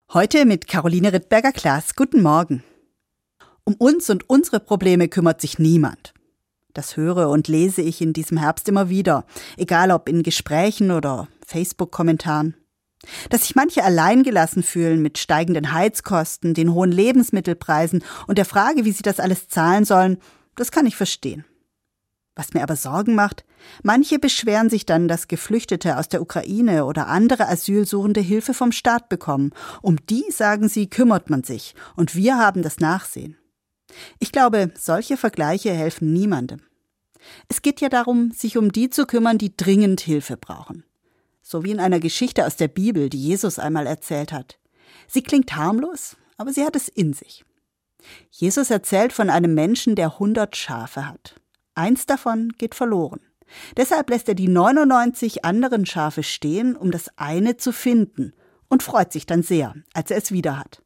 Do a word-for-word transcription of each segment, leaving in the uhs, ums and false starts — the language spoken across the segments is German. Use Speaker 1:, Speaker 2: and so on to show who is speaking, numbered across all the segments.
Speaker 1: Heute mit Caroline Rittberger-Klaas. Guten Morgen. Um uns und unsere Probleme kümmert sich niemand. Das höre und lese ich in diesem Herbst immer wieder, egal ob in Gesprächen oder Facebook-Kommentaren. Dass sich manche alleingelassen fühlen mit steigenden Heizkosten, den hohen Lebensmittelpreisen und der Frage, wie sie das alles zahlen sollen, das kann ich verstehen. Was mir aber Sorgen macht, manche beschweren sich dann, dass Geflüchtete aus der Ukraine oder andere Asylsuchende Hilfe vom Staat bekommen. Um die, sagen sie, kümmert man sich und wir haben das Nachsehen. Ich glaube, solche Vergleiche helfen niemandem. Es geht ja darum, sich um die zu kümmern, die dringend Hilfe brauchen. So wie in einer Geschichte aus der Bibel, die Jesus einmal erzählt hat. Sie klingt harmlos, aber sie hat es in sich. Jesus erzählt von einem Menschen, der hundert Schafe hat. Eins davon geht verloren. Deshalb lässt er die neunundneunzig anderen Schafe stehen, um das eine zu finden, und freut sich dann sehr, als er es wieder hat.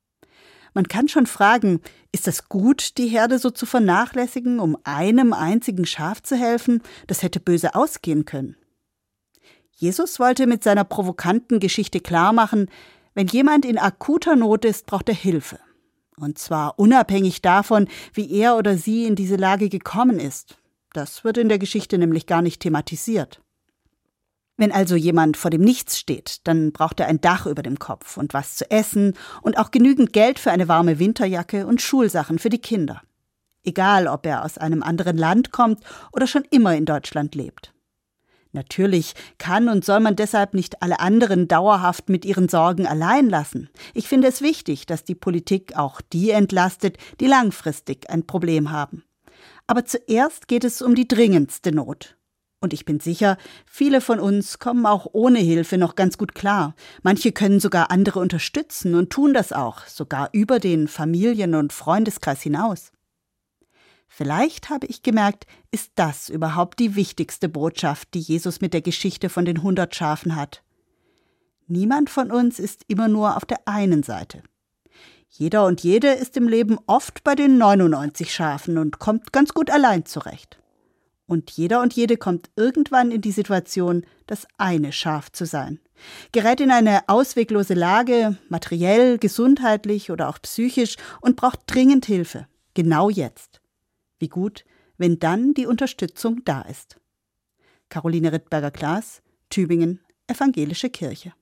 Speaker 1: Man kann schon fragen, ist das gut, die Herde so zu vernachlässigen, um einem einzigen Schaf zu helfen? Das hätte böse ausgehen können. Jesus wollte mit seiner provokanten Geschichte klarmachen, wenn jemand in akuter Not ist, braucht er Hilfe. Und zwar unabhängig davon, wie er oder sie in diese Lage gekommen ist. Das wird in der Geschichte nämlich gar nicht thematisiert. Wenn also jemand vor dem Nichts steht, dann braucht er ein Dach über dem Kopf und was zu essen und auch genügend Geld für eine warme Winterjacke und Schulsachen für die Kinder. Egal, ob er aus einem anderen Land kommt oder schon immer in Deutschland lebt. Natürlich kann und soll man deshalb nicht alle anderen dauerhaft mit ihren Sorgen allein lassen. Ich finde es wichtig, dass die Politik auch die entlastet, die langfristig ein Problem haben. Aber zuerst geht es um die dringendste Not. Und ich bin sicher, viele von uns kommen auch ohne Hilfe noch ganz gut klar. Manche können sogar andere unterstützen und tun das auch, sogar über den Familien- und Freundeskreis hinaus. Vielleicht, habe ich gemerkt, ist das überhaupt die wichtigste Botschaft, die Jesus mit der Geschichte von den hundert Schafen hat. Niemand von uns ist immer nur auf der einen Seite. Jeder und jede ist im Leben oft bei den neunundneunzig Schafen und kommt ganz gut allein zurecht. Und jeder und jede kommt irgendwann in die Situation, das eine Schaf zu sein. Gerät in eine ausweglose Lage, materiell, gesundheitlich oder auch psychisch und braucht dringend Hilfe. Genau jetzt. Wie gut, wenn dann die Unterstützung da ist. Caroline Rittberger-Klaas, Tübingen, Evangelische Kirche.